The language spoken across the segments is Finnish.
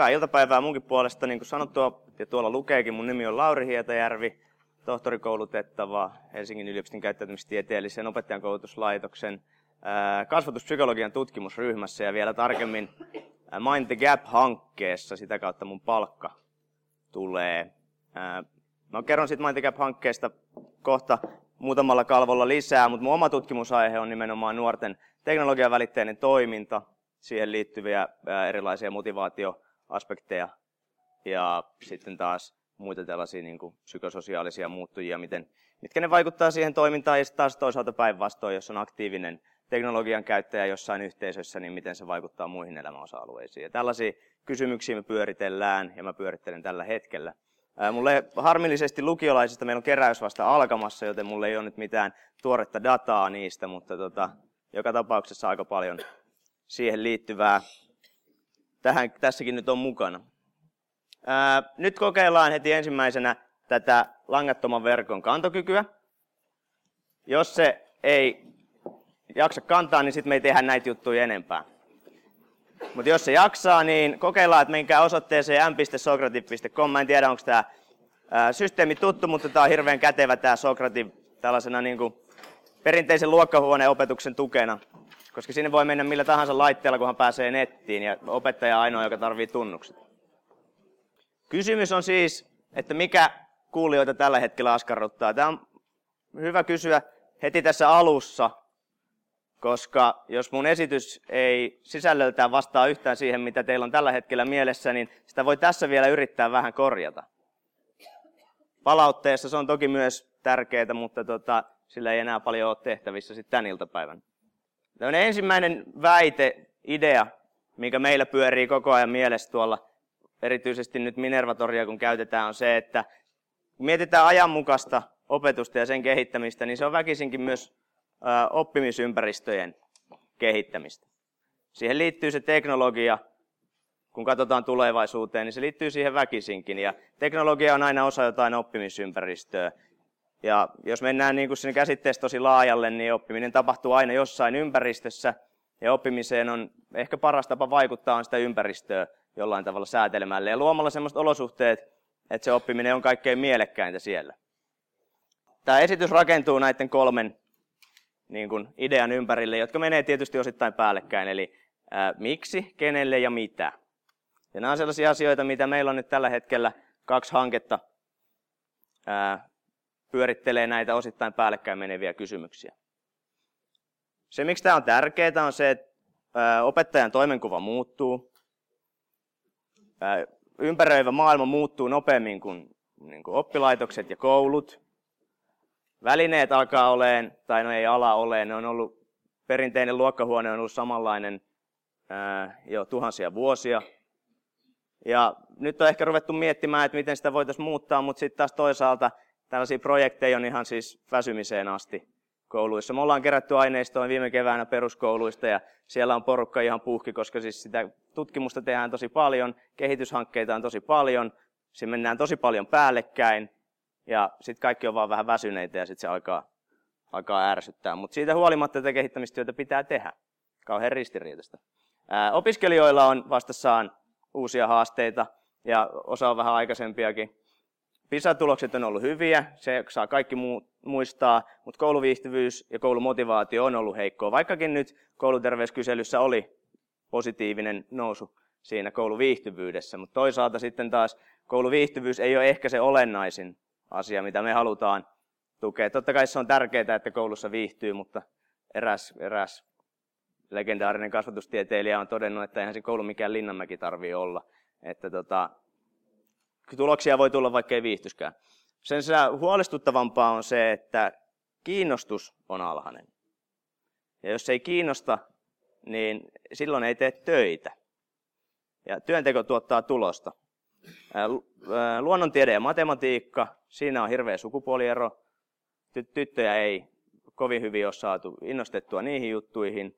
Hyvää iltapäivää munkin puolesta. Niin kuin sanottua, ja tuolla lukeekin, mun nimi on Lauri Hietajärvi, tohtorikoulutettava Helsingin yliopiston käyttäytymistieteellisen opettajankoulutuslaitoksen kasvatuspsykologian tutkimusryhmässä ja vielä tarkemmin Mind the Gap-hankkeessa. Sitä kautta mun palkka tulee. Mä kerron siitä Mind the Gap-hankkeesta kohta muutamalla kalvolla lisää, mutta mun oma tutkimusaihe on nimenomaan nuorten teknologiavälitteinen toiminta, siihen liittyviä erilaisia motivaatioaspekteja ja sitten taas muita tällaisia niin kuin psykososiaalisia muuttujia, mitkä ne vaikuttaa siihen toimintaan ja taas toisaalta päinvastoin, jos on aktiivinen teknologian käyttäjä jossain yhteisössä, niin miten se vaikuttaa muihin elämäosa-alueisiin. Ja tällaisia kysymyksiä me pyöritellään ja mä pyörittelen tällä hetkellä. Mulle harmillisesti lukiolaisista meillä on keräys vasta alkamassa, joten mulla ei ole nyt mitään tuoretta dataa niistä, mutta joka tapauksessa aika paljon siihen liittyvää tässäkin nyt on mukana. Nyt kokeillaan heti ensimmäisenä tätä langattoman verkon kantokykyä. Jos se ei jaksa kantaa, niin sitten me ei tehdä näitä juttuja enempää. Mutta jos se jaksaa, niin kokeillaan, että menkää osoitteeseen m.socrative.com. Mä en tiedä, onko tämä systeemi tuttu, mutta tämä on hirveän kätevä tämä Socrative tällaisena niin kuin perinteisen luokkahuoneopetuksen tukena. Koska sinne voi mennä millä tahansa laitteella, kunhan pääsee nettiin, ja opettaja on ainoa, joka tarvitsee tunnukset. Kysymys on siis, että mikä kuulijoita tällä hetkellä askarruttaa. Tämä on hyvä kysyä heti tässä alussa, koska jos mun esitys ei sisällöltään vastaa yhtään siihen, mitä teillä on tällä hetkellä mielessä, niin sitä voi tässä vielä yrittää vähän korjata. Palautteessa se on toki myös tärkeää, mutta sillä ei enää paljon ole tehtävissä sitten tämän iltapäivän. Tällainen ensimmäinen väite, idea, mikä meillä pyörii koko ajan mielessä tuolla, erityisesti nyt Minervatoria kun käytetään, on se, että kun mietitään ajanmukaista opetusta ja sen kehittämistä, niin se on väkisinkin myös oppimisympäristöjen kehittämistä. Siihen liittyy se teknologia, kun katsotaan tulevaisuuteen, niin se liittyy siihen väkisinkin. Ja teknologia on aina osa jotain oppimisympäristöä. Ja jos mennään niin kuin sinne käsitteessä tosi laajalle, niin oppiminen tapahtuu aina jossain ympäristössä. Ja oppimiseen on ehkä paras tapa vaikuttaa on sitä ympäristöä jollain tavalla säätelemällä ja luomalla sellaiset olosuhteet, että se oppiminen on kaikkein mielekkäintä siellä. Tämä esitys rakentuu näiden kolmen niin kuin idean ympärille, jotka menee tietysti osittain päällekkäin. Eli miksi, kenelle ja mitä. Ja nämä on sellaisia asioita, mitä meillä on nyt tällä hetkellä 2 hanketta pyörittelee näitä osittain päällekkäin meneviä kysymyksiä. Se, miksi tämä on tärkeää, on se, että opettajan toimenkuva muuttuu. Ympäröivä maailma muuttuu nopeammin kuin oppilaitokset ja koulut. Välineet alkaa olemaan, tai no ei ala ole, ne on ollut, perinteinen luokkahuone on ollut samanlainen jo tuhansia vuosia. Ja nyt on ehkä ruvettu miettimään, että miten sitä voitaisiin muuttaa, mutta sitten taas toisaalta tällaisia projekteja on ihan siis väsymiseen asti kouluissa. Me ollaan kerätty aineistoa viime keväänä peruskouluista ja siellä on porukka ihan puhki, koska siis sitä tutkimusta tehdään tosi paljon, kehityshankkeita on tosi paljon, siinä mennään tosi paljon päällekkäin ja sitten kaikki on vaan vähän väsyneitä ja sitten se alkaa ärsyttää. Mutta siitä huolimatta tätä kehittämistyötä pitää tehdä. Kauhean ristiriitaista. Opiskelijoilla on vastassaan uusia haasteita ja osa on vähän aikaisempiakin. PISA-tulokset on ollut hyviä, se saa kaikki muistaa, mutta kouluviihtyvyys ja koulumotivaatio on ollut heikkoa. Vaikkakin nyt kouluterveyskyselyssä oli positiivinen nousu siinä kouluviihtyvyydessä, mutta toisaalta sitten taas kouluviihtyvyys ei ole ehkä se olennaisin asia, mitä me halutaan tukea. Totta kai se on tärkeää, että koulussa viihtyy, mutta eräs legendaarinen kasvatustieteilijä on todennut, että eihän se koulu mikään Linnanmäki tarvitse olla. Että tuloksia voi tulla, vaikka ei viihtyskään. Sen sijaan huolestuttavampaa on se, että kiinnostus on alhainen. Ja jos ei kiinnosta, niin silloin ei tee töitä. Ja työnteko tuottaa tulosta. Luonnontiede ja matematiikka, siinä on hirveä sukupuoliero. Tyttöjä ei kovin hyvin ole saatu innostettua niihin juttuihin.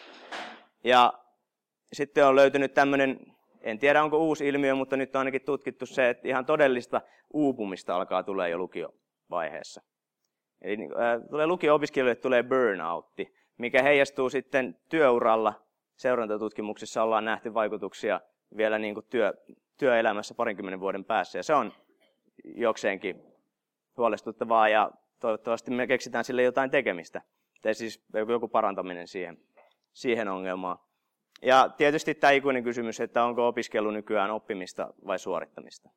Ja sitten on löytynyt tämmöinen, en tiedä onko uusi ilmiö, mutta nyt on ainakin tutkittu se, että ihan todellista uupumista alkaa tulla jo lukiovaiheessa. Eli lukio-opiskelijoille tulee burnoutti, mikä heijastuu sitten työuralla. Seurantatutkimuksissa ollaan nähty vaikutuksia vielä niin kuin työelämässä 20 vuoden päässä. Ja se on jokseenkin huolestuttavaa ja toivottavasti me keksitään sille jotain tekemistä. Tai siis joku parantaminen siihen ongelmaan. Ja tietysti tämä ikuinen kysymys, että onko opiskelu nykyään oppimista vai suorittamista.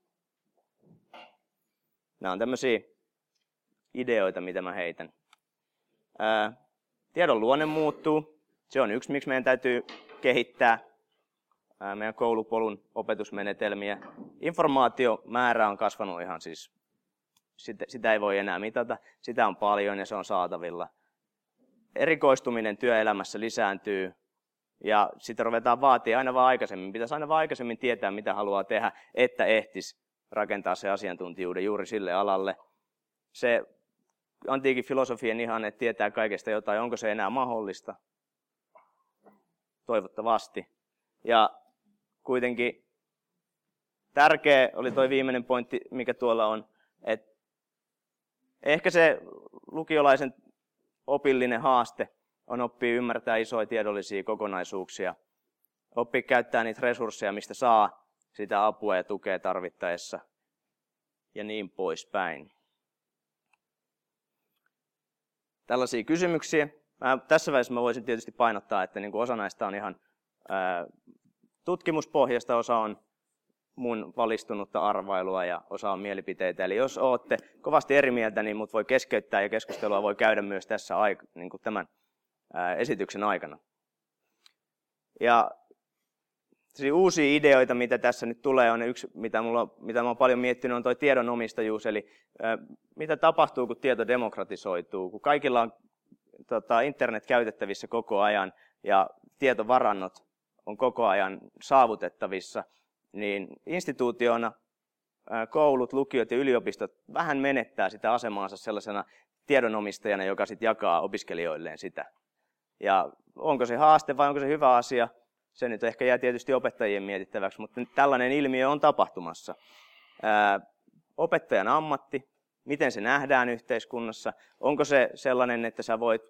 Nämä on tämmöisiä ideoita, mitä mä heitän. Tiedon luonne muuttuu. Se on yksi, miksi meidän täytyy kehittää meidän koulupolun opetusmenetelmiä. Informaatiomäärä on kasvanut ihan siis, sitä ei voi enää mitata. Sitä on paljon ja se on saatavilla. Erikoistuminen työelämässä lisääntyy ja sitä ruvetaan vaatia aina vaan aikaisemmin. Pitäisi aina vaan aikaisemmin tietää, mitä haluaa tehdä, että ehtisi rakentaa se asiantuntijuuden juuri sille alalle. Se antiikin filosofian ihanne, että tietää kaikesta jotain, onko se enää mahdollista? Toivottavasti. Ja kuitenkin tärkeä oli tuo viimeinen pointti, mikä tuolla on, että ehkä se lukiolaisen opillinen haaste on oppia ymmärtää isoja tiedollisia kokonaisuuksia, oppia käyttää niitä resursseja, mistä saa sitä apua ja tukea tarvittaessa ja niin poispäin. Tällaisia kysymyksiä. Tässä vaiheessa mä voisin tietysti painottaa, että niin kuin osa näistä on ihan tutkimuspohjasta, osa on mun valistunutta arvailua ja osa on mielipiteitä. Eli jos olette kovasti eri mieltä, niin mut voi keskeyttää ja keskustelua voi käydä myös tässä niin kuin tämän esityksen aikana. Ja uusia ideoita, mitä tässä nyt tulee, on yksi, mitä mä oon paljon miettinyt, on tuo tiedonomistajuus. Eli mitä tapahtuu, kun tieto demokratisoituu, kun kaikilla on internet käytettävissä koko ajan ja tietovarannot on koko ajan saavutettavissa, niin instituutiona koulut, lukiot ja yliopistot vähän menettää sitä asemaansa sellaisena tiedonomistajana, joka sitten jakaa opiskelijoilleen sitä. Ja onko se haaste vai onko se hyvä asia? Se nyt ehkä jää tietysti opettajien mietittäväksi, mutta tällainen ilmiö on tapahtumassa. Opettajan ammatti, miten se nähdään yhteiskunnassa? Onko se sellainen, että sä voit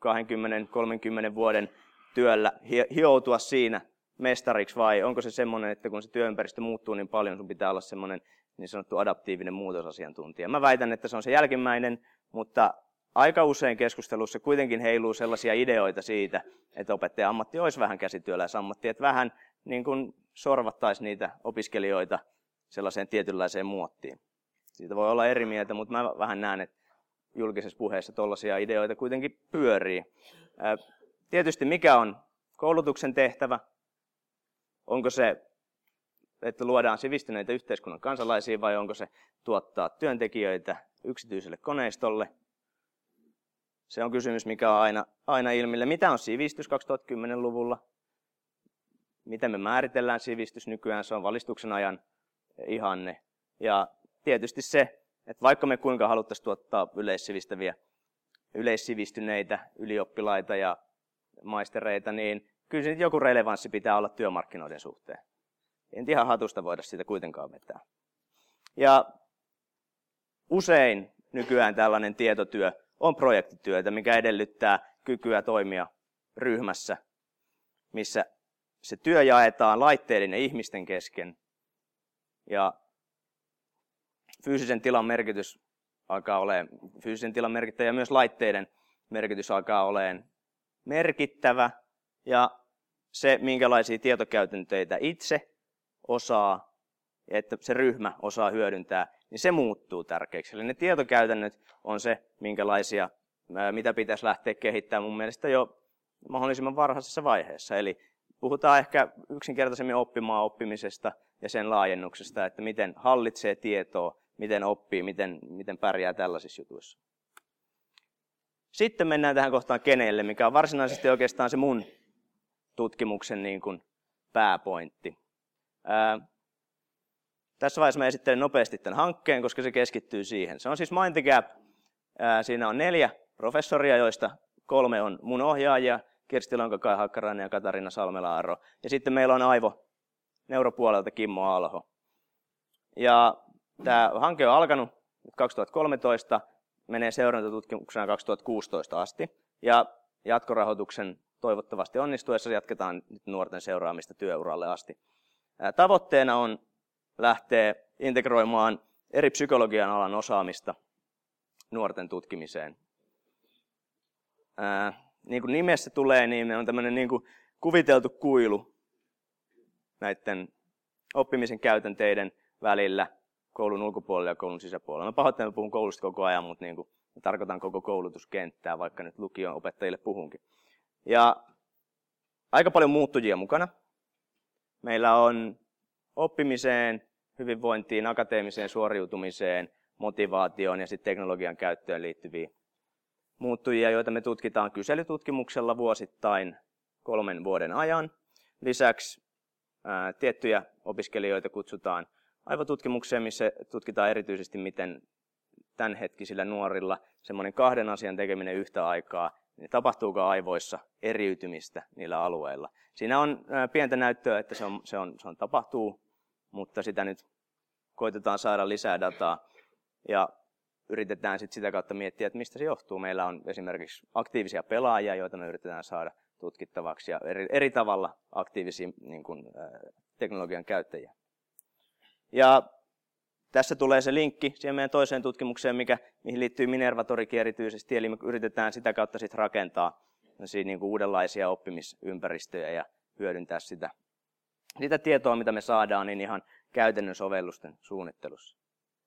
20-30 vuoden työllä hioutua siinä mestariksi vai onko se semmoinen, että kun se työympäristö muuttuu niin paljon, sun pitää olla semmoinen niin sanottu adaptiivinen muutosasiantuntija. Mä väitän, että se on se jälkimmäinen, mutta aika usein keskustelussa kuitenkin heiluu sellaisia ideoita siitä, että opettajan ammatti olisi vähän käsityöläisammatti, että vähän niin kuin sorvattaisiin niitä opiskelijoita sellaiseen tietynlaiseen muottiin. Siitä voi olla eri mieltä, mutta mä vähän näen, että julkisessa puheessa tollaisia ideoita kuitenkin pyörii. Tietysti mikä on koulutuksen tehtävä? Onko se, että luodaan sivistyneitä yhteiskunnan kansalaisia vai onko se tuottaa työntekijöitä yksityiselle koneistolle? Se on kysymys, mikä on aina ilmille. Mitä on sivistys 2010-luvulla? Miten me määritellään sivistys nykyään? Se on valistuksen ajan ihanne. Ja tietysti se, että vaikka me kuinka haluttaisiin tuottaa yleissivistyneitä ylioppilaita ja maistereita, niin kyllä nyt joku relevanssi pitää olla työmarkkinoiden suhteen. En ihan hatusta voida sitä kuitenkaan vetää. Ja usein nykyään tällainen tietotyö on projektityötä, mikä edellyttää kykyä toimia ryhmässä, missä se työ jaetaan laitteiden ja ihmisten kesken. Ja fyysisen tilan merkitys alkaa olemaan, fyysisen tilan merkittävä ja myös laitteiden merkitys alkaa olemaan merkittävä. Ja se, minkälaisia tietokäytäntöitä itse osaa, ja että se ryhmä osaa hyödyntää, niin se muuttuu tärkeäksi. Eli ne tietokäytännöt on se, minkälaisia, mitä pitäisi lähteä kehittämään mun mielestä jo mahdollisimman varhaisessa vaiheessa. Eli puhutaan ehkä yksinkertaisemmin oppimisesta ja sen laajennuksesta, että miten hallitsee tietoa, miten oppii, miten pärjää tällaisissa jutuissa. Sitten mennään tähän kohtaan kenelle, mikä on varsinaisesti oikeastaan se mun tutkimuksen niin kuin pääpointti. Tässä vaiheessa mä esittelen nopeasti tämän hankkeen, koska se keskittyy siihen. Se on siis Mind the Gap. Siinä on 4 professoria, joista 3 on mun ohjaajia, Kirsti Lonka, Kai Hakkarainen ja Katariina Salmela-Aro. Ja sitten meillä on neuropuolelta Kimmo Alho. Ja tämä hanke on alkanut 2013, menee seurantatutkimuksena 2016 asti. Ja jatkorahoituksen toivottavasti onnistuessa jatketaan nyt nuorten seuraamista työuralle asti. Tavoitteena on lähteä integroimaan eri psykologian alan osaamista nuorten tutkimiseen. Niin kuin nimessä tulee, niin on tämmöinen niin kuin kuviteltu kuilu näiden oppimisen käytänteiden välillä koulun ulkopuolella ja koulun sisäpuolella. Mä pahoittelen, että puhun koulusta koko ajan, mutta niin kuin tarkoitan koko koulutuskenttää, vaikka nyt lukion opettajille puhunkin. Ja aika paljon muuttujia mukana. Meillä on oppimiseen, hyvinvointiin, akateemiseen suoriutumiseen, motivaatioon ja sitten teknologian käyttöön liittyviä muuttujia, joita me tutkitaan kyselytutkimuksella vuosittain 3 vuoden ajan. Lisäksi tiettyjä opiskelijoita kutsutaan aivotutkimukseen, missä tutkitaan erityisesti, miten tämänhetkisillä nuorilla semmoinen 2 asian tekeminen yhtä aikaa, niin tapahtuuko aivoissa eriytymistä niillä alueilla. Siinä on pientä näyttöä, että se tapahtuu, mutta sitä nyt koitetaan saada lisää dataa ja yritetään sitten sitä kautta miettiä, että mistä se johtuu. Meillä on esimerkiksi aktiivisia pelaajia, joita me yritetään saada tutkittavaksi ja eri tavalla aktiivisia niin kuin, teknologian käyttäjiä. Ja tässä tulee se linkki siihen meidän toiseen tutkimukseen, mihin liittyy Minerva-torikin erityisesti, eli me yritetään sitä kautta sitten rakentaa niin kuin uudenlaisia oppimisympäristöjä ja hyödyntää sitä tietoa, mitä me saadaan, niin ihan käytännön sovellusten suunnittelussa.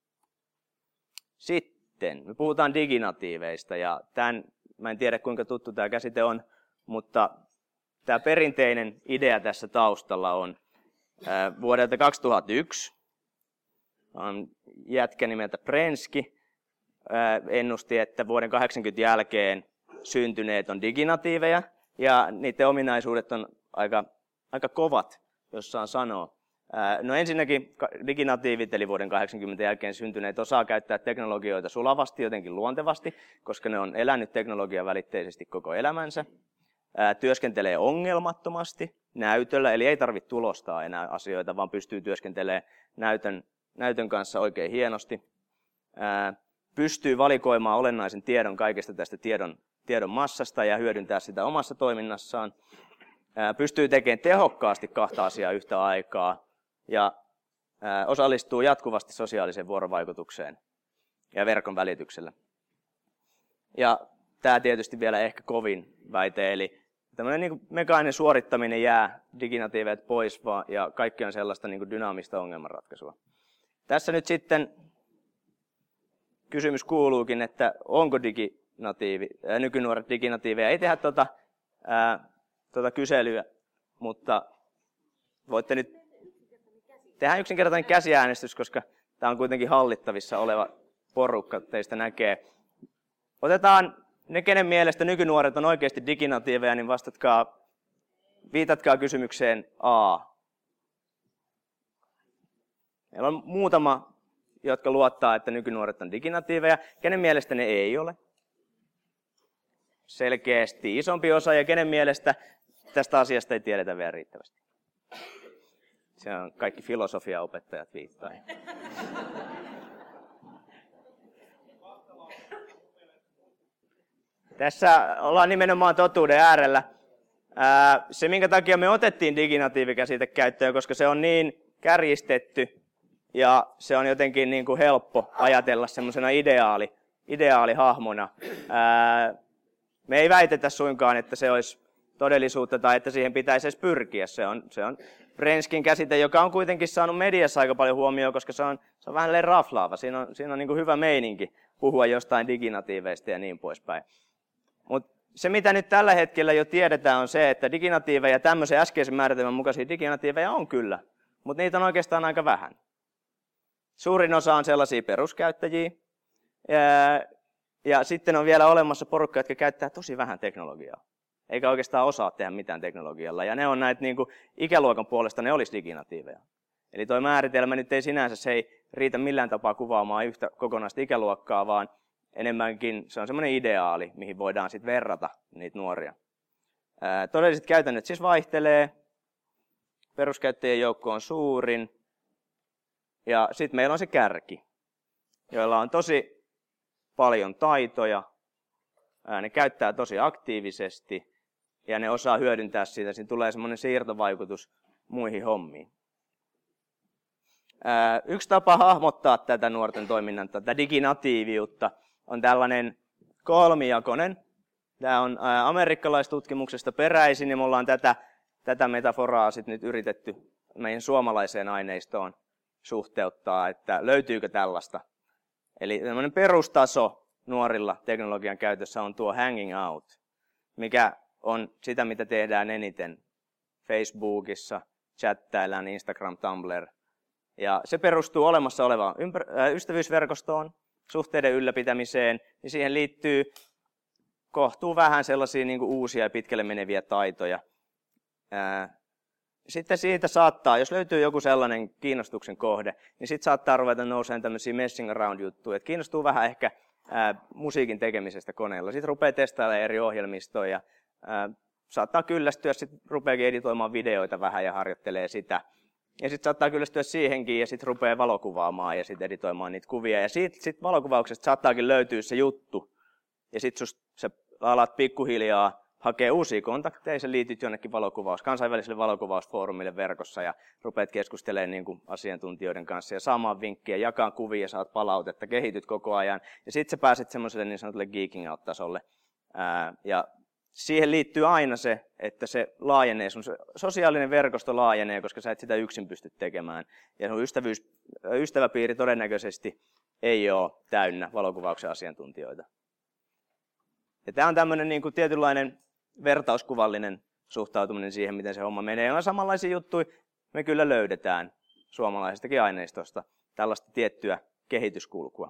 Sitten me puhutaan diginatiiveista, ja mä en tiedä kuinka tuttu tämä käsite on, mutta tämä perinteinen idea tässä taustalla on vuodelta 2001. On jätkä nimeltä Prensky ennusti, että vuoden 80 jälkeen syntyneet on diginatiiveja, ja niiden ominaisuudet on aika kovat, jos saan sanoa. No ensinnäkin diginatiivit, eli vuoden 80 jälkeen syntyneet, osaa käyttää teknologioita sulavasti, jotenkin luontevasti, koska ne on elänyt teknologian välitteisesti koko elämänsä. Työskentelee ongelmattomasti näytöllä, eli ei tarvitse tulostaa enää asioita, vaan pystyy työskentelemään näytön kanssa oikein hienosti. Pystyy valikoimaan olennaisen tiedon kaikesta tästä tiedon massasta ja hyödyntää sitä omassa toiminnassaan. Pystyy tekemään tehokkaasti 2 asiaa yhtä aikaa ja osallistuu jatkuvasti sosiaaliseen vuorovaikutukseen ja verkon välityksellä. Ja tämä tietysti vielä ehkä kovin väite, eli tämmöinen niin kuin mekaaninen suorittaminen jää diginatiiveet pois ja kaikki on sellaista niin kuin dynaamista ongelmanratkaisua. Tässä nyt sitten kysymys kuuluukin, että onko nykynuoret diginatiiveja. Ei tehdä tuota kyselyä, mutta voitte nyt tehdä yksinkertainen käsiäänestys, koska tämä on kuitenkin hallittavissa oleva porukka, teistä näkee. Otetaan ne, kenen mielestä nykynuoret on oikeasti diginatiiveja, niin viitatkaa kysymykseen A. Meillä on muutama, jotka luottaa, että nykynuoret on diginatiiveja. Kenen mielestä ne ei ole? Selkeästi isompi osa, ja kenen mielestä tästä asiasta ei tiedetä vielä riittävästi. Se on kaikki filosofiaopettajat viittaa. Tässä ollaan nimenomaan totuuden äärellä. Se, minkä takia me otettiin diginatiivikäsite käyttöön, koska se on niin kärjistetty ja se on jotenkin niin kuin helppo ajatella semmoisena ideaalihahmona. Me ei väitetä suinkaan, että se olisi todellisuutta tai että siihen pitäisi edes pyrkiä. Se on Prenskyn käsite, joka on kuitenkin saanut mediassa aika paljon huomioon, koska se on vähän raflaava. Siinä on niin kuin hyvä meininki puhua jostain diginatiiveista ja niin poispäin. Mutta se, mitä nyt tällä hetkellä jo tiedetään, on se, että diginatiiveja, tämmöisen äskeisen määritelmän mukaisia diginatiiveja on kyllä, mutta niitä on oikeastaan aika vähän. Suurin osa on sellaisia peruskäyttäjiä, ja sitten on vielä olemassa porukka, jotka käyttää tosi vähän teknologiaa, eikä oikeastaan osaa tehdä mitään teknologialla. Ja ne on näitä niin kuin ikäluokan puolesta, ne olisi diginatiiveja. Eli tuo määritelmä nyt ei sinänsä, se ei riitä millään tapaa kuvaamaan yhtä kokonaista ikäluokkaa, vaan enemmänkin se on semmoinen ideaali, mihin voidaan sitten verrata niitä nuoria. Todelliset käytännöt siis vaihtelee, peruskäyttäjien joukko on suurin, ja sitten meillä on se kärki, joilla on tosi paljon taitoja, ne käyttää tosi aktiivisesti, ja ne osaa hyödyntää siitä, siinä tulee semmoinen siirtovaikutus muihin hommiin. Yksi tapa hahmottaa tätä nuorten toiminnan, tätä diginatiiviutta, on tällainen kolmijakoinen. Tämä on amerikkalaistutkimuksesta peräisin, ja me ollaan tätä metaforaa sit nyt yritetty meidän suomalaiseen aineistoon suhteuttaa, että löytyykö tällaista. Eli tämmöinen perustaso nuorilla teknologian käytössä on tuo hanging out, mikä on sitä, mitä tehdään eniten Facebookissa, chattaillaan, Instagram, Tumblr. Ja se perustuu olemassa olevaan ystävyysverkostoon, suhteiden ylläpitämiseen, niin siihen liittyy kohtuu vähän sellaisia niin kuin uusia ja pitkälle meneviä taitoja. Sitten siitä saattaa, jos löytyy joku sellainen kiinnostuksen kohde, niin sitten saattaa ruveta nousemaan tämmöisiä messing around-juttuja, että kiinnostuu vähän ehkä musiikin tekemisestä koneella. Sitten rupeaa testailemaan eri ohjelmistoja ja saattaa kyllästyä, sitten rupeakin editoimaan videoita vähän ja harjoittelee sitä. Ja sitten saattaa kyllästyä siihenkin ja sitten rupeaa valokuvaamaan ja sitten editoimaan niitä kuvia. Ja sitten valokuvauksesta saattaakin löytyä se juttu. Ja sitten sä alat pikkuhiljaa hakee uusia kontakteja, sä liityt jonnekin kansainväliselle valokuvausfoorumille verkossa ja rupeat keskustelemaan niin kuin asiantuntijoiden kanssa ja saamaan vinkkejä, jakaa kuvia ja saat palautetta, kehityt koko ajan. Ja sitten sä pääset semmoiselle niin sanotulle geeking out-tasolle. Ja siihen liittyy aina se, että se laajenee, sun sosiaalinen verkosto laajenee, koska sä et sitä yksin pysty tekemään. Ja sun ystäväpiiri todennäköisesti ei ole täynnä valokuvauksen asiantuntijoita. Ja tämä on tämmöinen niin kuin tietynlainen vertauskuvallinen suhtautuminen siihen, miten se homma menee. Ja samanlaisia juttuja me kyllä löydetään suomalaisestakin aineistosta, tällaista tiettyä kehityskulkua.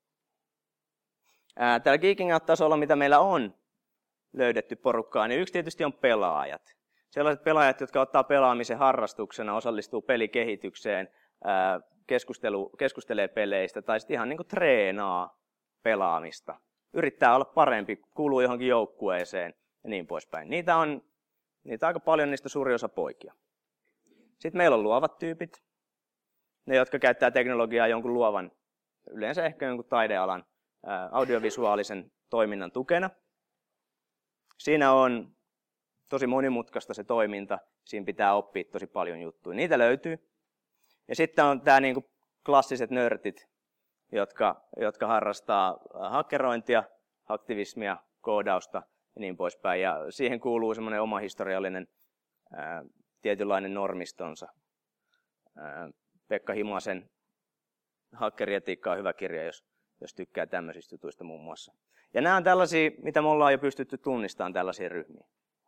Tällä Geeking Out-tasolla, mitä meillä on löydetty porukkaa, niin yksi tietysti on pelaajat. Sellaiset pelaajat, jotka ottaa pelaamisen harrastuksena, osallistuu pelikehitykseen, keskustelee peleistä tai sitten ihan niin kuin treenaa pelaamista. Yrittää olla parempi, kuuluu johonkin joukkueeseen ja niin poispäin. Niitä on aika paljon, niistä suuri osa poikia. Sitten meillä on luovat tyypit, ne jotka käyttää teknologiaa jonkun luovan, yleensä ehkä jonkun taidealan audiovisuaalisen toiminnan tukena. Siinä on tosi monimutkaista se toiminta, siinä pitää oppia tosi paljon juttuja. Niitä löytyy. Ja sitten on tämä niin kuin klassiset nörtit, jotka harrastaa hakkerointia, aktivismia, koodausta ja niin poispäin. Ja siihen kuuluu semmoinen oma historiallinen tietynlainen normistonsa. Pekka Himasen Hakkerietiikka on hyvä kirja, jos tykkää tämmöisistä jutuista muun muassa. Ja nämä on tällaisia, mitä me ollaan jo pystytty tunnistamaan tällaisia ryhmiä.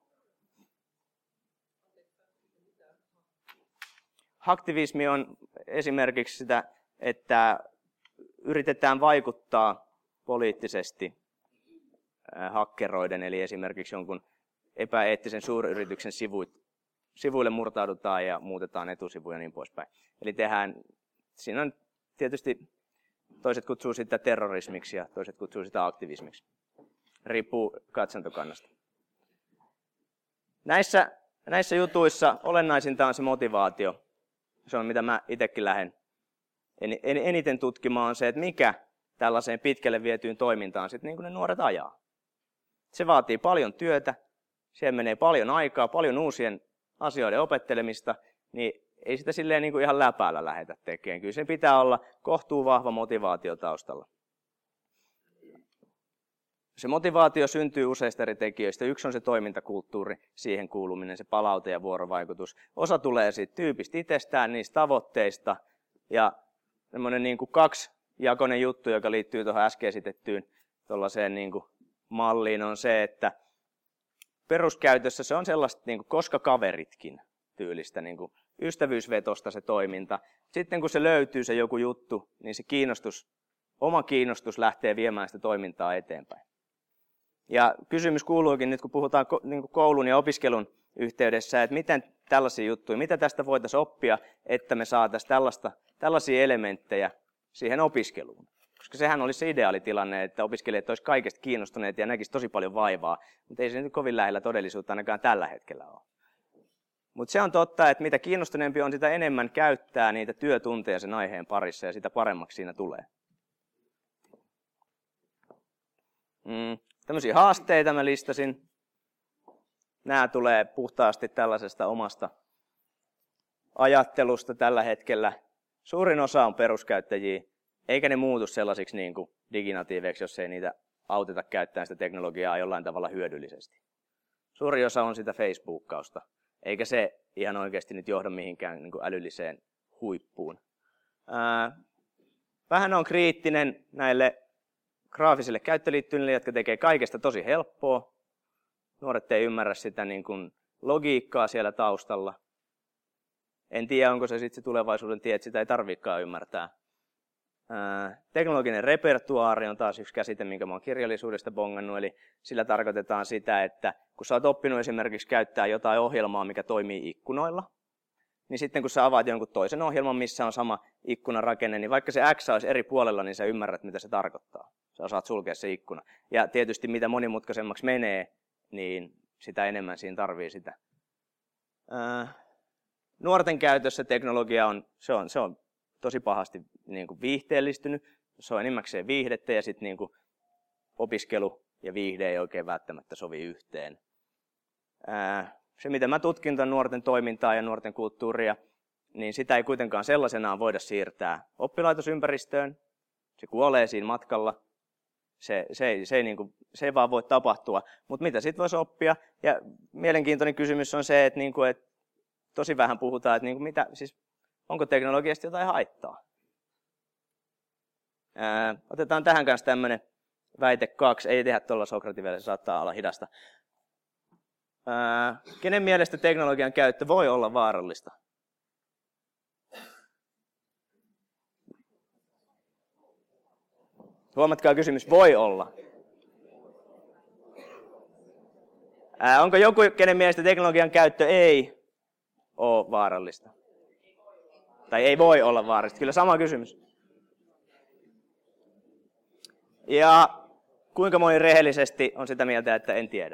Aktivismi on esimerkiksi sitä, että yritetään vaikuttaa poliittisesti hakkeroiden, eli esimerkiksi jonkun epäeettisen suuryrityksen sivuille murtaudutaan ja muutetaan etusivuja ja niin poispäin. Eli siinä on tietysti, toiset kutsuu sitä terrorismiksi ja toiset kutsuu sitä aktivismiksi. Riippuu katsantokannasta. Näissä jutuissa olennaisinta on se motivaatio. Se on mitä mä itsekin lähden eniten tutkimaan on se, että mikä tällaiseen pitkälle vietyyn toimintaan sitten niin kuin ne nuoret ajaa. Se vaatii paljon työtä, siihen menee paljon aikaa, paljon uusien asioiden opettelemista, niin ei sitä silleen niin kuin ihan läpäällä lähdetä tekemään. Kyllä sen pitää olla kohtuu vahva motivaatio taustalla. Se motivaatio syntyy useista eri tekijöistä. Yksi on se toimintakulttuuri, siihen kuuluminen, se palaute ja vuorovaikutus. Osa tulee siitä tyypistä itsestään, niistä tavoitteista. Ja semmoinen niin kuin kaksijakoinen juttu, joka liittyy tuohon äsken esitettyyn tuollaiseen niin kuin malliin, on se, että peruskäytössä se on sellaista niin kuin koska kaveritkin tyylistä, niin kuin ystävyysvetosta se toiminta. Sitten kun se löytyy se joku juttu, niin se oma kiinnostus lähtee viemään sitä toimintaa eteenpäin. Ja kysymys kuuluukin nyt, kun puhutaan niin kuin koulun ja opiskelun yhteydessä, että miten tällaisia juttuja, mitä tästä voitaisiin oppia, että me saataisiin tällaisia elementtejä siihen opiskeluun. Koska sehän olisi se ideaalitilanne, että opiskelijat olisivat kaikesta kiinnostuneet ja näkisivät tosi paljon vaivaa, mutta ei se nyt kovin lähellä todellisuutta ainakaan tällä hetkellä ole. Mutta se on totta, että mitä kiinnostuneempi on, sitä enemmän käyttää niitä työtunteja sen aiheen parissa ja sitä paremmaksi siinä tulee. Tämmöisiä haasteita mä listasin. Nämä tulee puhtaasti tällaisesta omasta ajattelusta tällä hetkellä. Suurin osa on peruskäyttäjiä, eikä ne muutu sellaisiksi niin kuin diginatiiveiksi, jos ei niitä auteta käyttämään sitä teknologiaa jollain tavalla hyödyllisesti. Suuri osa on sitä Facebookkausta, eikä se ihan oikeasti nyt johda mihinkään niin kuin älylliseen huippuun. Vähän on kriittinen näille graafisille käyttöliittymille, jotka tekee kaikesta tosi helppoa. Nuoret ei ymmärrä sitä niin kuin logiikkaa siellä taustalla. En tiedä, onko se sitten se tulevaisuuden tie, että sitä ei tarvitsekaan ymmärtää. Teknologinen repertuaari on taas yksi käsite, minkä mä oon kirjallisuudesta bongannut. Eli sillä tarkoitetaan sitä, että kun sä oot oppinut esimerkiksi käyttää jotain ohjelmaa, mikä toimii ikkunoilla, niin sitten kun sä avaat jonkun toisen ohjelman, missä on sama ikkunarakenne, niin vaikka se X olisi eri puolella, niin sä ymmärrät, mitä se tarkoittaa. Sä osaat sulkea se ikkuna. Ja tietysti mitä monimutkaisemmaksi menee, niin sitä enemmän siinä tarvii sitä. Nuorten käytössä teknologia on tosi pahasti niin kuin viihteellistynyt. Se on enimmäkseen viihdettä ja sitten niin kuin opiskelu ja viihde ei oikein välttämättä sovi yhteen. Se, mitä mä tutkin tämän nuorten toimintaa ja nuorten kulttuuria, niin sitä ei kuitenkaan sellaisenaan voida siirtää oppilaitosympäristöön. Se kuolee siinä matkalla. Se ei vaan voi tapahtua. Mutta mitä sitten voisi oppia? Ja mielenkiintoinen kysymys on se, että tosi vähän puhutaan, että onko teknologiasta jotain haittaa. Otetaan tähän kanssa tämmöinen väite 2. Ei tehdä tuolla Sokrativelle, se saattaa olla hidasta. Kenen mielestä teknologian käyttö voi olla vaarallista? Huomatkaa kysymys, voi olla. Onko joku, kenen mielestä teknologian käyttö ei ole vaarallista? Tai ei voi olla vaarallista. Kyllä sama kysymys. Ja kuinka moni rehellisesti on sitä mieltä, että en tiedä?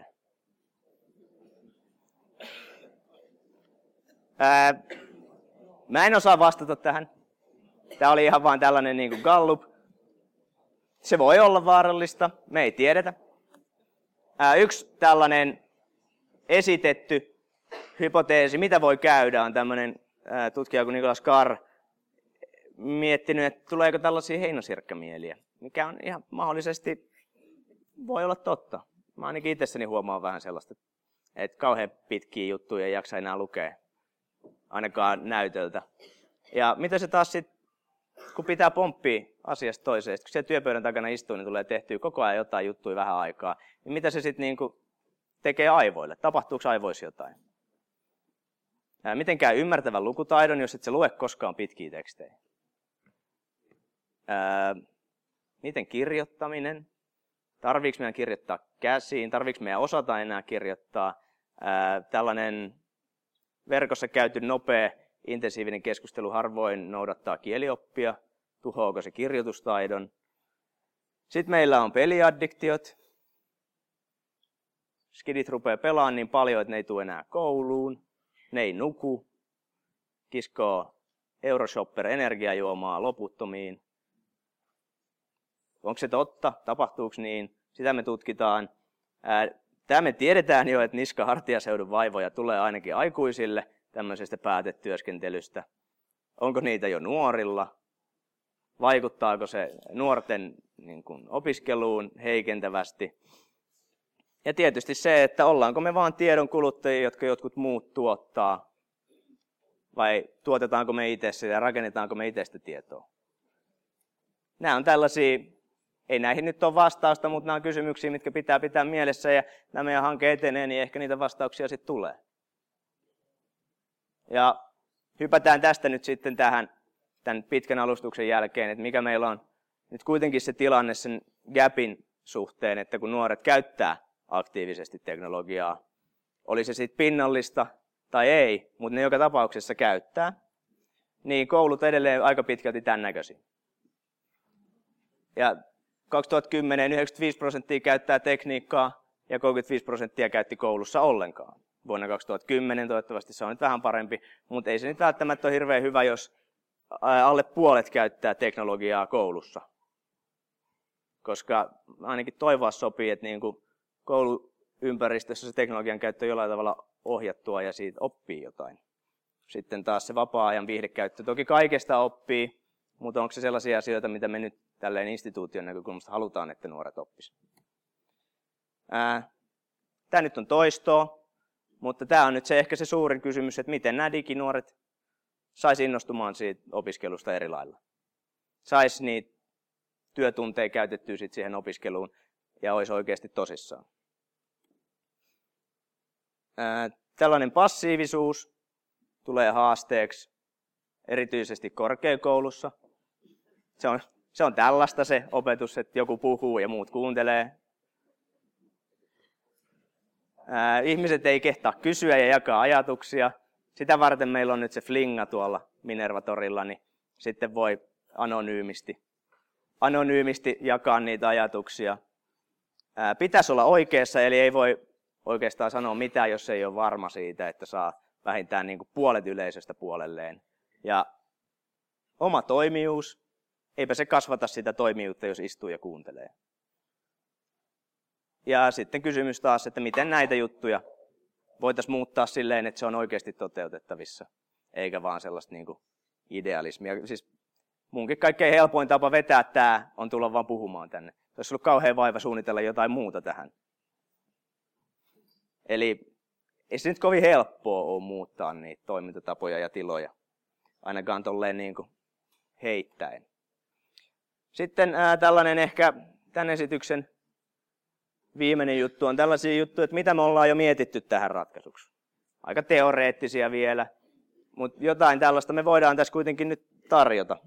Mä en osaa vastata tähän. Tämä oli ihan vain tällainen niin kuin Gallup. Se voi olla vaarallista, me ei tiedetä. Yksi tällainen esitetty hypoteesi, mitä voi käydä, on tämmöinen tutkija kuin Nicholas Carr miettinyt, että tuleeko tällaisia heinäsirkkämieliä, mikä on ihan mahdollisesti, voi olla totta. Mä ainakin itsessäni huomaan vähän sellaista, että kauhean pitkiä juttuja ei jaksa enää lukea, ainakaan näytöltä. Ja mitä se taas sitten, kun pitää pomppia asiasta toiseen, kun siellä työpöydän takana istuu, niin tulee tehtyä koko ajan jotain juttuja vähän aikaa, niin mitä se sitten niinku tekee aivoille? Tapahtuuko aivoissa jotain? Miten käy ymmärtävän lukutaidon, jos et se lue koskaan pitkiä tekstejä? Miten kirjoittaminen? Tarviiko meidän kirjoittaa käsiin? Tarviiko meidän osata enää kirjoittaa? Tällainen verkossa käyty nopea, intensiivinen keskustelu harvoin noudattaa kielioppia. Tuhoako se kirjoitustaidon? Sitten meillä on peliaddiktiot. Skidit rupeaa pelaamaan niin paljon, että ne ei tule enää kouluun. Ne ei nuku. Kiskoo Euroshopper-energiajuomaa loputtomiin. Onko se totta? Tapahtuuko niin? Sitä me tutkitaan. Tämä me tiedetään jo, että niska-hartiaseudun vaivoja tulee ainakin aikuisille tämmöisestä päätetyöskentelystä. Onko niitä jo nuorilla? Vaikuttaako se nuorten opiskeluun heikentävästi? Ja tietysti se, että ollaanko me vaan tiedon kuluttajia, jotka jotkut muut tuottaa, vai tuotetaanko me itse sitä ja rakennetaanko me itse sitä tietoa. Nämä on tällaisia, ei näihin nyt ole vastausta, mutta nämä on kysymyksiä, mitkä pitää pitää mielessä, ja nämä meidän hanke etenee, niin ehkä niitä vastauksia sitten tulee. Ja hypätään tästä nyt sitten tähän tämän pitkän alustuksen jälkeen, että mikä meillä on nyt kuitenkin se tilanne sen gapin suhteen, että kun nuoret käyttää aktiivisesti teknologiaa, oli se sitten pinnallista tai ei, mutta ne joka tapauksessa käyttää, niin koulut edelleen aika pitkälti tämän näköisiä. Ja 2010 95% käyttää tekniikkaa ja 35% käytti koulussa ollenkaan. Vuonna 2010 toivottavasti se on nyt vähän parempi, mutta ei se nyt välttämättä ole hirveän hyvä, jos alle puolet käyttää teknologiaa koulussa. Koska ainakin toivoa sopii, että niin kuin kouluympäristössä se teknologian käyttö on jollain tavalla ohjattua ja siitä oppii jotain. sitten taas se vapaa-ajan viihdekäyttö. Toki kaikesta oppii, mutta onko se sellaisia asioita, mitä me nyt tälleen instituution näkökulmasta halutaan, että nuoret oppisivat. Tämä nyt on toistoa, mutta tämä on nyt ehkä se suurin kysymys, että miten nämä diginuoret saisi innostumaan siitä opiskelusta eri lailla. Saisi niitä työtunteja käytettyä sit siihen opiskeluun ja olisi oikeasti tosissaan. Tällainen passiivisuus tulee haasteeksi erityisesti korkeakoulussa. Se on tällaista se opetus, että joku puhuu ja muut kuuntelee. Ihmiset ei kehtaa kysyä ja jakaa ajatuksia. Sitä varten meillä on nyt se flinga tuolla Minerva-torilla, niin sitten voi anonyymisti jakaa niitä ajatuksia. Pitäisi olla oikeassa, eli ei voi oikeastaan sanoa mitään, jos ei ole varma siitä, että saa vähintään niin kuin puolet yleisöstä puolelleen. Ja oma toimijuus, eipä se kasvata sitä toimijuutta, jos istuu ja kuuntelee. Ja sitten kysymys taas, että miten näitä juttuja voitaisiin muuttaa silleen, että se on oikeasti toteutettavissa, eikä vaan sellaista niin kuin idealismia. Siis munkin kaikkein helpoin tapa vetää tämä on tulla vaan puhumaan tänne. Olisi ollut kauhean vaiva suunnitella jotain muuta tähän. Eli ei se nyt kovin helppoa ole muuttaa niitä toimintatapoja ja tiloja, ainakaan tolleen niin kuin heittäen. Sitten tällainen ehkä tämän esityksen viimeinen juttu on tällaisia juttuja, että mitä me ollaan jo mietitty tähän ratkaisuksi. Aika teoreettisia vielä, mutta jotain tällaista me voidaan tässä kuitenkin nyt tarjota.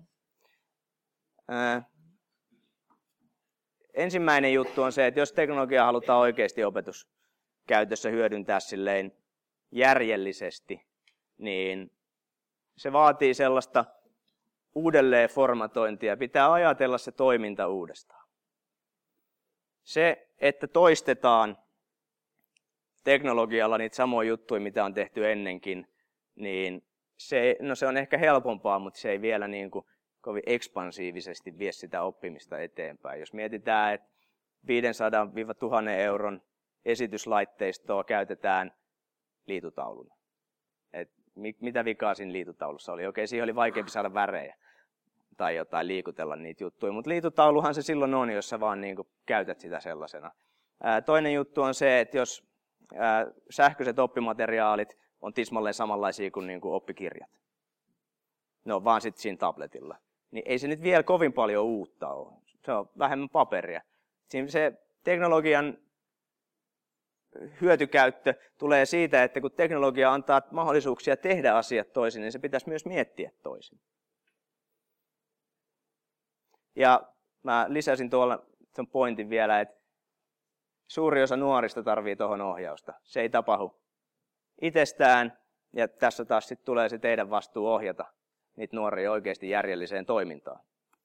Ensimmäinen juttu on se, että jos teknologiaa halutaan oikeasti opetuskäytössä hyödyntää silleen järjellisesti, niin se vaatii sellaista uudelleen formatointia. Pitää ajatella se toiminta uudestaan. Se, että toistetaan teknologialla niitä samoja juttuja, mitä on tehty ennenkin, niin se on ehkä helpompaa, mutta se ei vielä niin kuin kovin ekspansiivisesti vie sitä oppimista eteenpäin. Jos mietitään, että 500-1000 euron esityslaitteistoa käytetään liitutauluna. Et mitä vikaa siinä liitutaulussa oli? Okei, siihen oli vaikeampi saada värejä tai jotain liikutella niitä juttuja, mutta liitutauluhan se silloin on, jos sä vaan niin kuin käytät sitä sellaisena. Toinen juttu on se, että jos sähköiset oppimateriaalit on tismalleen samanlaisia kuin, niin kuin oppikirjat, ne on vaan sitten siinä tabletilla, niin ei se nyt vielä kovin paljon uutta ole. Se on vähemmän paperia. Siinä se teknologian hyötykäyttö tulee siitä, että kun teknologia antaa mahdollisuuksia tehdä asiat toisin, niin se pitäisi myös miettiä toisin. Ja mä lisäsin tuolla sen pointin vielä, että suuri osa nuorista tarvitsee tuohon ohjausta. Se ei tapahdu itsestään, ja tässä taas sitten tulee se teidän vastuu ohjata niitä nuoria oikeasti järjelliseen toimintaan.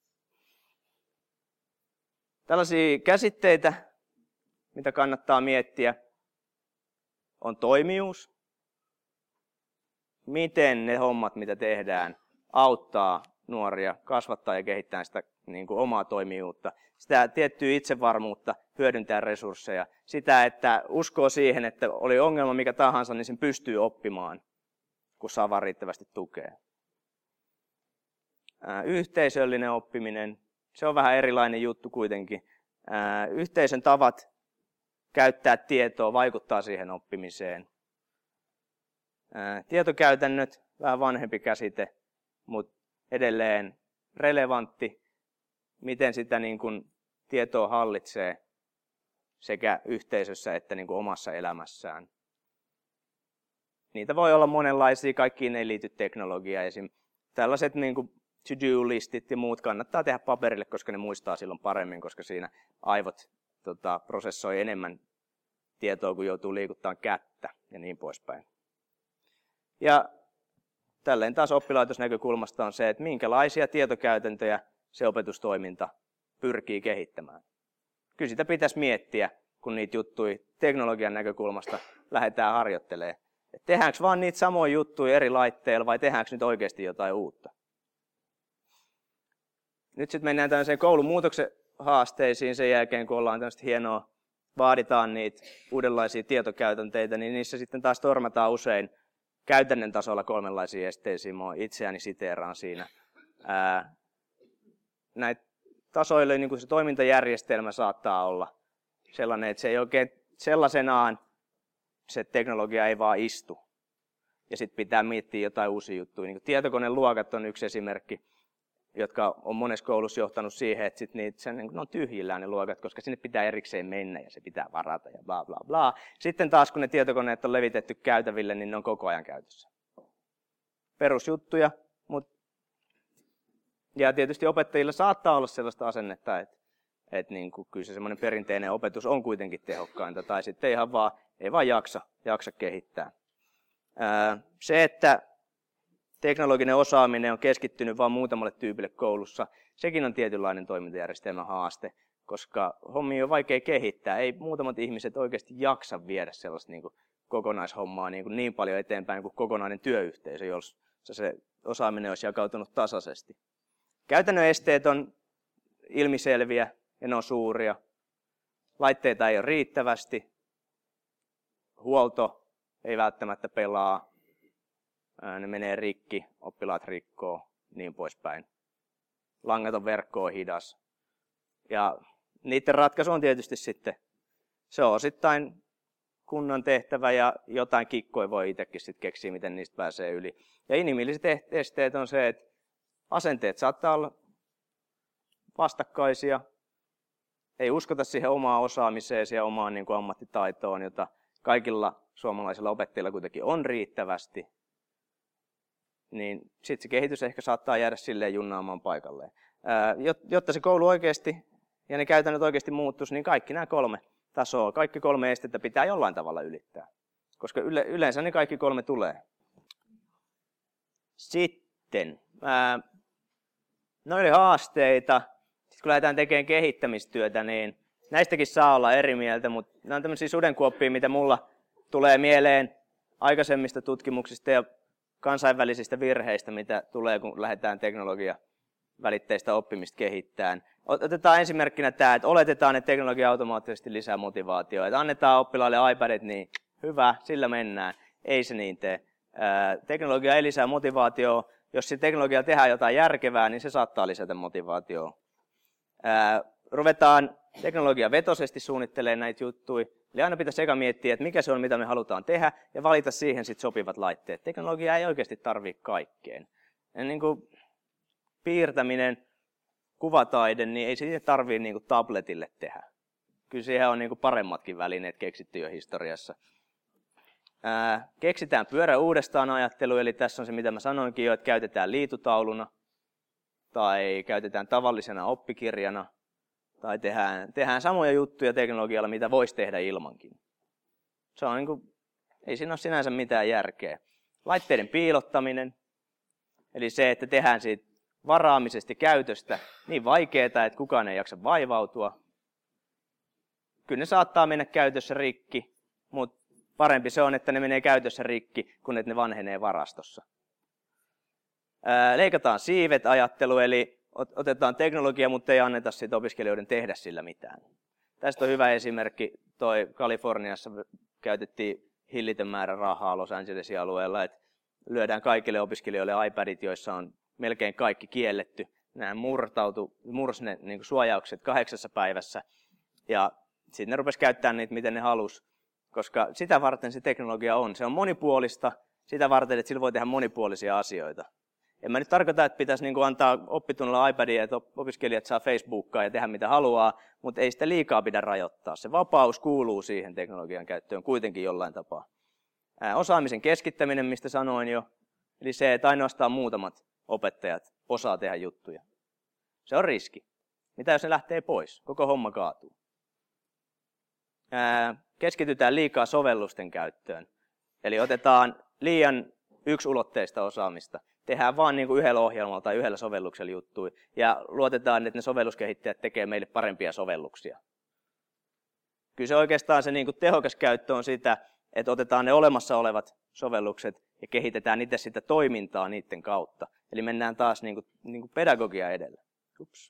Tällaisia käsitteitä, mitä kannattaa miettiä, on toimijuus. Miten ne hommat, mitä tehdään, auttaa nuoria kasvattaa ja kehittää sitä niin kuin omaa toimijuutta. Sitä tiettyä itsevarmuutta, hyödyntää resursseja. Sitä, että uskoo siihen, että oli ongelma mikä tahansa, niin sen pystyy oppimaan, kun saa vaan riittävästi tukea. Yhteisöllinen oppiminen, se on vähän erilainen juttu kuitenkin. Yhteisön tavat käyttää tietoa, vaikuttaa siihen oppimiseen. Tietokäytännöt, vähän vanhempi käsite, mutta edelleen relevantti, miten sitä niin kuin tietoa hallitsee sekä yhteisössä että niin kuin omassa elämässään. Niitä voi olla monenlaisia, kaikkiin ei liity teknologiaan. Esim. Tällaiset niin kuin to-do-listit ja muut kannattaa tehdä paperille, koska ne muistaa silloin paremmin, koska siinä aivot prosessoi enemmän tietoa, kun joutuu liikuttamaan kättä ja niin poispäin. Ja tälleen taas oppilaitosnäkökulmasta on se, että minkälaisia tietokäytäntöjä se opetustoiminta pyrkii kehittämään. Kyllä sitä pitäisi miettiä, kun niitä juttuja teknologian näkökulmasta lähdetään harjoittelemaan. Että tehdäänkö vaan niitä samoja juttuja eri laitteilla vai tehdäänkö nyt oikeasti jotain uutta? Nyt sitten mennään tämmöiseen koulun muutoksen haasteisiin sen jälkeen, kun ollaan tämmöistä hienoa, vaaditaan niitä uudenlaisia tietokäytänteitä, niin niissä sitten taas tormataan usein käytännön tasolla 3 esteisiä, mä itseäni siteeraan siinä. Näitä tasoille niin kuin se toimintajärjestelmä saattaa olla sellainen, että se ei oikein sellaisenaan, se teknologia ei vaan istu. Ja sitten pitää miettiä jotain uusia juttuja. Niin tietokoneluokat on yksi esimerkki, jotka on monessa koulussa johtanut siihen, että ne on tyhjillään ne luokat, koska sinne pitää erikseen mennä ja se pitää varata ja bla bla bla. Sitten taas kun ne tietokoneet on levitetty käytäville, niin ne on koko ajan käytössä. Perusjuttuja, ja tietysti opettajilla saattaa olla sellaista asennetta, että niin kuin kyllä se semmoinen perinteinen opetus on kuitenkin tehokkainta, tai sitten ei vaan jaksa kehittää. Se, että teknologinen osaaminen on keskittynyt vain muutamalle tyypille koulussa, sekin on tietynlainen toimintajärjestelmän haaste, koska hommia on vaikea kehittää. Ei muutamat ihmiset oikeasti jaksa viedä sellaista niin kuin kokonaishommaa niin paljon eteenpäin kuin kokonainen työyhteisö, jossa se osaaminen olisi jakautunut tasaisesti. Käytännön esteet on ilmiselviä ja ne on suuria. Laitteita ei ole riittävästi. Huolto ei välttämättä pelaa. Ne menee rikki, oppilaat rikkoo, niin poispäin. Langaton verkko on hidas. Ja niiden ratkaisu on tietysti sitten, se on osittain kunnan tehtävä ja jotain kikkoja voi itsekin sitten keksiä, miten niistä pääsee yli. Ja inhimilliset esteet on se, että asenteet saattaa olla vastakkaisia. Ei uskota siihen omaan osaamiseen ja omaan niin kuin ammattitaitoon, jota kaikilla suomalaisilla opettajilla kuitenkin on riittävästi. Niin sitten se kehitys ehkä saattaa jäädä silleen junnaamaan paikalleen. Jotta se koulu oikeasti ja ne käytännöt oikeasti muuttuisi, niin kaikki nämä 3 tasoa, kaikki 3 estettä pitää jollain tavalla ylittää. Koska yleensä ne kaikki 3 tulee. Sitten, noille haasteita. Sitten kun lähdetään tekemään kehittämistyötä, niin näistäkin saa olla eri mieltä, mutta nämä on tämmöisiä sudenkuoppia, mitä mulla tulee mieleen aikaisemmista tutkimuksista ja kansainvälisistä virheistä, mitä tulee, kun lähdetään teknologiavälitteistä oppimista kehittämään. Otetaan esimerkkinä tämä, että oletetaan, että teknologia automaattisesti lisää motivaatiota. Että annetaan oppilaille iPadit, niin hyvä, sillä mennään. Ei se niin tee. Teknologia ei lisää motivaatiota. Jos se teknologia tehdään jotain järkevää, niin se saattaa lisätä motivaatiota. Ruvetaan teknologiavetoisesti suunnittelemaan näitä juttuja. Eli aina pitäisi eka miettiä, että mikä se on, mitä me halutaan tehdä, ja valita siihen sit sopivat laitteet. Teknologia ei oikeasti tarvitse kaikkeen. Niin kuin piirtäminen, kuvataide, niin ei siitä tarvitse niin kuin tabletille tehdä. Kyllä siihen on niin kuin paremmatkin välineet keksitty jo historiassa. Keksitään pyörä uudestaan ajattelu, eli tässä on se, mitä mä sanoinkin jo, että käytetään liitutauluna, tai käytetään tavallisena oppikirjana, tai tehdään samoja juttuja teknologialla, mitä voisi tehdä ilmankin. Se on niin kuin, ei siinä ole sinänsä mitään järkeä. Laitteiden piilottaminen, eli se, että tehdään siitä varaamisesta ja käytöstä niin vaikeaa, että kukaan ei jaksa vaivautua. Kyllä ne saattaa mennä käytössä rikki, mutta parempi se on, että ne menee käytössä rikki, kuin että ne vanhenee varastossa. Leikataan siivet ajattelu, eli otetaan teknologia, mutta ei anneta siitä opiskelijoiden tehdä sillä mitään. Tästä on hyvä esimerkki. Kaliforniassa käytettiin hillitön määrä rahaa Los Angelesin alueella, että lyödään kaikille opiskelijoille iPadit, joissa on melkein kaikki kielletty. Nämä mursi ne niin kuin suojaukset 8 päivässä, ja sitten ne rupesi käyttämään niitä, miten ne halusi, koska sitä varten se teknologia on. Se on monipuolista, sitä varten, että sillä voi tehdä monipuolisia asioita. En mä nyt tarkoita, että pitäisi niin kuin antaa oppitunnilla iPadia, että opiskelijat saa Facebookaa ja tehdä mitä haluaa, mutta ei sitä liikaa pidä rajoittaa. Se vapaus kuuluu siihen teknologian käyttöön kuitenkin jollain tapaa. Osaamisen keskittäminen, mistä sanoin jo, eli se, että ainoastaan muutamat opettajat osaa tehdä juttuja. Se on riski. Mitä jos ne lähtee pois? Koko homma kaatuu. Keskitytään liikaa sovellusten käyttöön. Eli otetaan liian yksulotteista osaamista. Tehdään vaan niin kuin yhdellä ohjelmalla tai yhdellä sovelluksella juttuja ja luotetaan, että ne sovelluskehittäjät tekee meille parempia sovelluksia. Kyllä se oikeastaan se niin kuin tehokas käyttö on sitä, että otetaan ne olemassa olevat sovellukset ja kehitetään itse sitä toimintaa niiden kautta. Eli mennään taas niin kuin pedagogia edellä. Ups.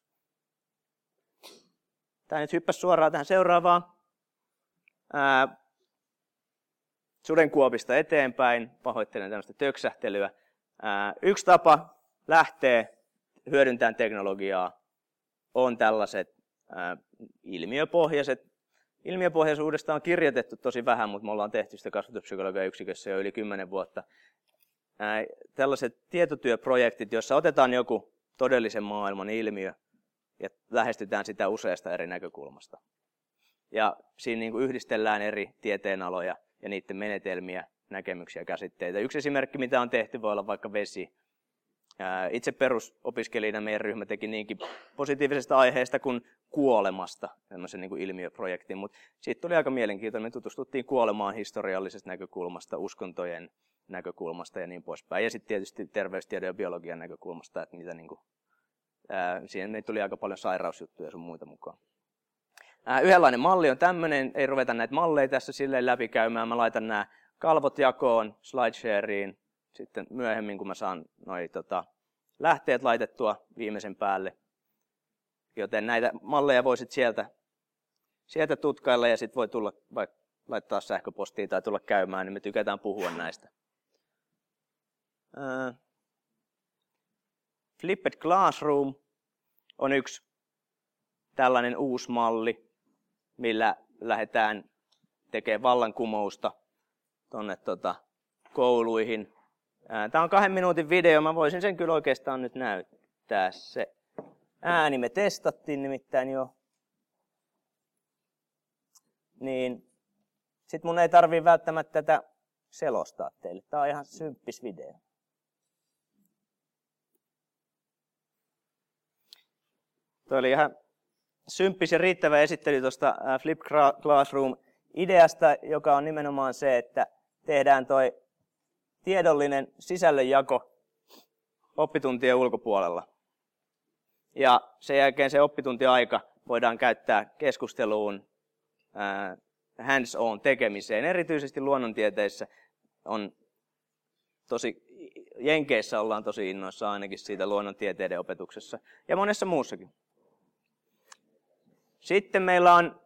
Tämä nyt hyppäsi suoraan tähän seuraavaan. sudenkuopista eteenpäin, pahoittelen tämmöistä töksähtelyä. Yksi tapa lähteä hyödyntämään teknologiaa on tällaiset ilmiöpohjaiset. Ilmiöpohjaisuudesta on kirjoitettu tosi vähän, mutta me ollaan tehty sitä kasvatuspsykologian yksikössä jo yli 10 vuotta. Tällaiset tietotyöprojektit, joissa otetaan joku todellisen maailman ilmiö ja lähestytään sitä useasta eri näkökulmasta. Ja siinä niin kuin yhdistellään eri tieteenaloja ja niiden menetelmiä, näkemyksiä, käsitteitä. Yksi esimerkki, mitä on tehty, voi olla vaikka vesi. Itse perusopiskelijana meidän ryhmä teki niinkin positiivisesta aiheesta kuin kuolemasta, tämmöisen niin kuin ilmiöprojektin, mutta siitä tuli aika mielenkiintoinen. Me tutustuttiin kuolemaan historiallisesta näkökulmasta, uskontojen näkökulmasta ja niin poispäin. Ja sitten tietysti terveystiedon ja biologian näkökulmasta, että mitä niin kuin, siihen meille tuli aika paljon sairausjuttuja sun muita mukaan. Yhdenlainen malli on tämmöinen, ei ruveta näitä malleja tässä silleen läpikäymään. Mä laitan nämä kalvot jakoon, SlideShareen, sitten myöhemmin kun mä saan noi lähteet laitettua viimeisen päälle. Joten näitä malleja voisit sieltä tutkailla ja sitten voi tulla vaikka laittaa sähköpostiin tai tulla käymään, niin me tykätään puhua näistä. Flipped Classroom on yksi tällainen uusi malli, millä lähdetään tekemään vallankumousta tuonne kouluihin. Tämä on 2 minuutin video, mä voisin sen kyllä oikeastaan nyt näyttää. Se ääni me testattiin nimittäin jo. Niin sit mun ei tarvii välttämättä tätä selostaa teille. Tää on ihan symppis video. Toi oli ihan symppis ja riittävä esittely tuosta Flipped Classroom-ideasta, joka on nimenomaan se, että tehdään toi tiedollinen sisällönjako oppituntien ulkopuolella. Ja sen jälkeen se oppituntiaika voidaan käyttää keskusteluun, hands-on tekemiseen. Erityisesti luonnontieteissä Jenkeissä ollaan tosi innoissa ainakin siitä luonnontieteiden opetuksessa ja monessa muussakin. Sitten meillä on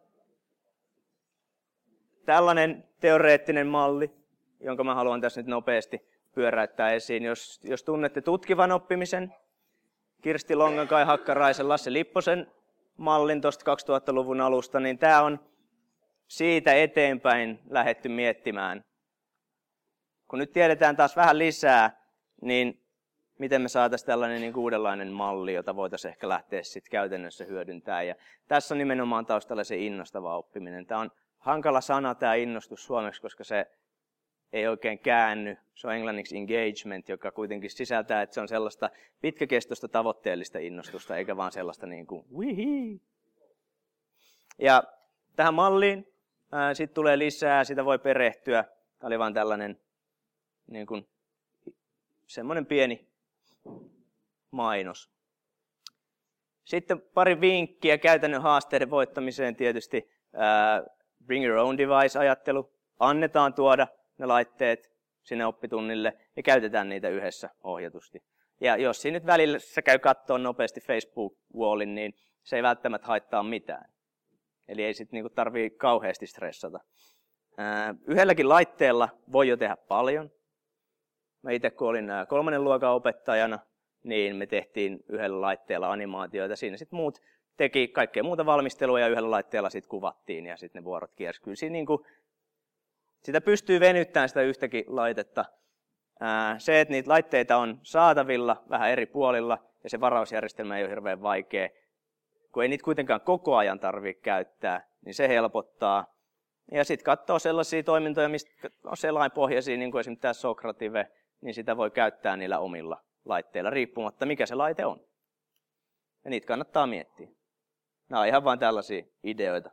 tällainen teoreettinen malli, jonka mä haluan tässä nyt nopeasti pyöräyttää esiin. Jos tunnette tutkivan oppimisen, Kirsti Longan, Kai Hakkaraisen, Lasse Lipposen mallin tuosta 2000-luvun alusta, niin tämä on siitä eteenpäin lähdetty miettimään. Kun nyt tiedetään taas vähän lisää, niin miten me saataisiin tällainen niin uudenlainen malli, jota voitaisiin ehkä lähteä sitten käytännössä hyödyntämään. Ja tässä on nimenomaan taustalla se innostava oppiminen. Tämä on hankala sana, tämä innostus suomeksi, koska se ei oikein käänny. Se on englanniksi engagement, joka kuitenkin sisältää, että se on sellaista pitkäkestoista tavoitteellista innostusta, eikä vaan sellaista niin kuin wihii. Ja tähän malliin sitten tulee lisää, sitä voi perehtyä. Tämä oli vain tällainen niin kuin, semmoinen pieni mainos. Sitten pari vinkkiä käytännön haasteiden voittamiseen tietysti. Bring your own device-ajattelu. Annetaan tuoda ne laitteet sinne oppitunnille ja käytetään niitä yhdessä ohjatusti. Ja jos siinä nyt välillä sä käy katsoa nopeasti Facebook-wallin, niin se ei välttämättä haittaa mitään. Eli ei sitten niinku tarvitse kauheasti stressata. Yhdelläkin laitteella voi jo tehdä paljon. Mä itse kun olin 3. luokan opettajana, niin me tehtiin yhdellä laitteella animaatioita. Siinä sitten muut teki kaikkea muuta valmistelua ja yhdellä laitteella sitten kuvattiin ja sitten ne vuorot kiersi. Kyllä siinä niinku, sitä pystyy venyttämään sitä yhtäkin laitetta. Se, että niitä laitteita on saatavilla vähän eri puolilla ja se varausjärjestelmä ei ole hirveän vaikea, kun ei niitä kuitenkaan koko ajan tarvitse käyttää, niin se helpottaa. Ja sitten katsoo sellaisia toimintoja, mistä on selainpohjaisia, niin kuin esimerkiksi tämä Socrative, niin sitä voi käyttää niillä omilla laitteilla, riippumatta mikä se laite on. Ja niitä kannattaa miettiä. Nämä on ihan vain tällaisia ideoita.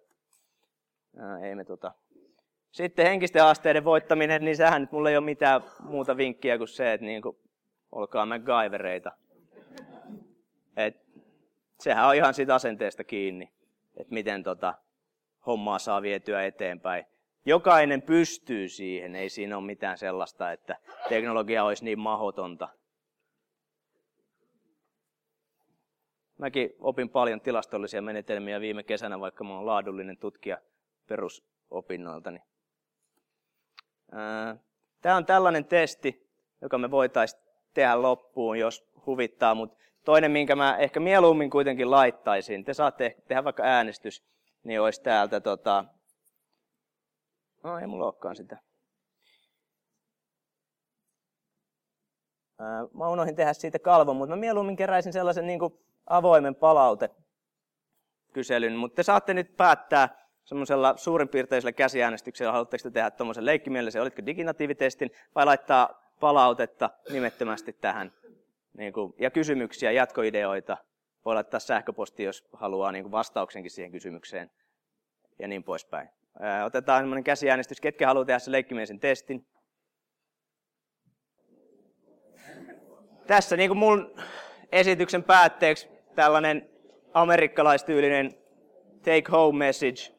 Sitten henkisten haasteiden voittaminen, niin sehän nyt mulla ei ole mitään muuta vinkkiä kuin se, että niin kuin, olkaa MacGyvereita. Sehän on ihan siitä asenteesta kiinni, että miten hommaa saa vietyä eteenpäin. Jokainen pystyy siihen, ei siinä ole mitään sellaista, että teknologia olisi niin mahdotonta. Mäkin opin paljon tilastollisia menetelmiä viime kesänä, vaikka mä olen laadullinen tutkija perusopinnoiltani. Tämä on tällainen testi, joka me voitaisiin tehdä loppuun, jos huvittaa, mutta toinen, minkä mä ehkä mieluummin kuitenkin laittaisin, te saatte tehdä vaikka äänestys, niin olisi täältä, no ei mulla olekaan sitä. Mä unohdin tehdä siitä kalvon, mutta mä mieluummin keräisin sellaisen niin kuin avoimen palautekyselyn, mutta te saatte nyt päättää semmoisella suurinpiirteisellä käsiäänestyksellä, haluatteko te tehdä tuommoisen leikkimielisen, olitko diginatiivitestin, vai laittaa palautetta nimettömästi tähän, niin kuin, ja kysymyksiä, jatkoideoita, voi laittaa sähköposti, jos haluaa niin kuin vastauksenkin siihen kysymykseen, ja niin poispäin. Otetaan semmoinen käsiäänestys, ketkä haluaa tehdä sen leikkimielisen testin. Tässä niin kuin mun esityksen päätteeksi tällainen amerikkalaistyylinen take home message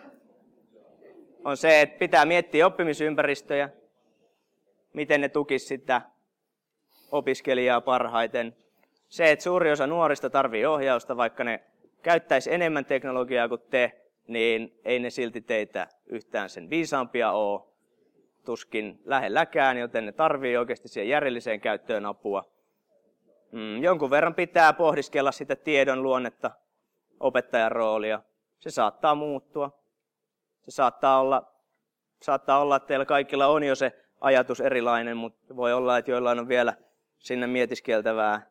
on se, että pitää miettiä oppimisympäristöjä, miten ne tukisivat sitä opiskelijaa parhaiten. Se, että suuri osa nuorista tarvitsee ohjausta, vaikka ne käyttäisi enemmän teknologiaa kuin te, niin ei ne silti teitä yhtään sen viisaampia ole, tuskin lähelläkään, joten ne tarvitsee oikeasti siihen järjelliseen käyttöön apua. Jonkun verran pitää pohdiskella sitä tiedon luonnetta, opettajan roolia. Se saattaa muuttua. Se saattaa olla, että teillä kaikilla on jo se ajatus erilainen, mutta voi olla, että joillain on vielä sinne mietiskeltävää.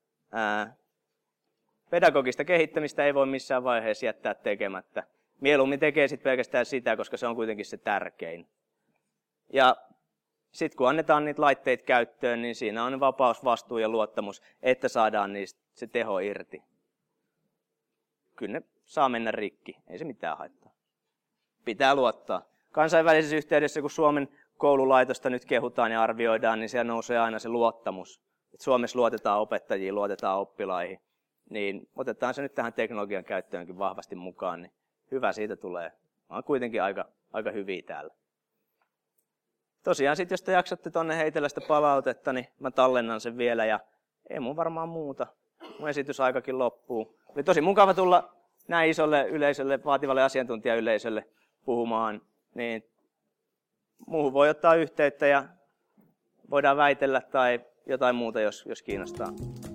Pedagogista kehittämistä ei voi missään vaiheessa jättää tekemättä. Mieluummin tekee sitten pelkästään sitä, koska se on kuitenkin se tärkein. Ja sitten kun annetaan niitä laitteita käyttöön, niin siinä on vapaus, vastuu ja luottamus, että saadaan niistä se teho irti. Kyllä ne saa mennä rikki, ei se mitään haittaa. Pitää luottaa. Kansainvälisessä yhteydessä, kun Suomen koululaitosta nyt kehutaan ja arvioidaan, niin siellä nousee aina se luottamus. Että Suomessa luotetaan opettajiin, luotetaan oppilaihin. Niin otetaan se nyt tähän teknologian käyttöönkin vahvasti mukaan, niin hyvä siitä tulee. On kuitenkin aika hyviä täällä. Tosiaan sitten, jos te jaksatte tonne heitellä sitä palautetta, niin mä tallennan sen vielä ja ei mun varmaan muuta. Mun esitysaikakin loppuu. Oli tosi mukava tulla näin isolle yleisölle, vaativalle asiantuntijayleisölle puhumaan. Niin muuhun voi ottaa yhteyttä ja voidaan väitellä tai jotain muuta, jos kiinnostaa.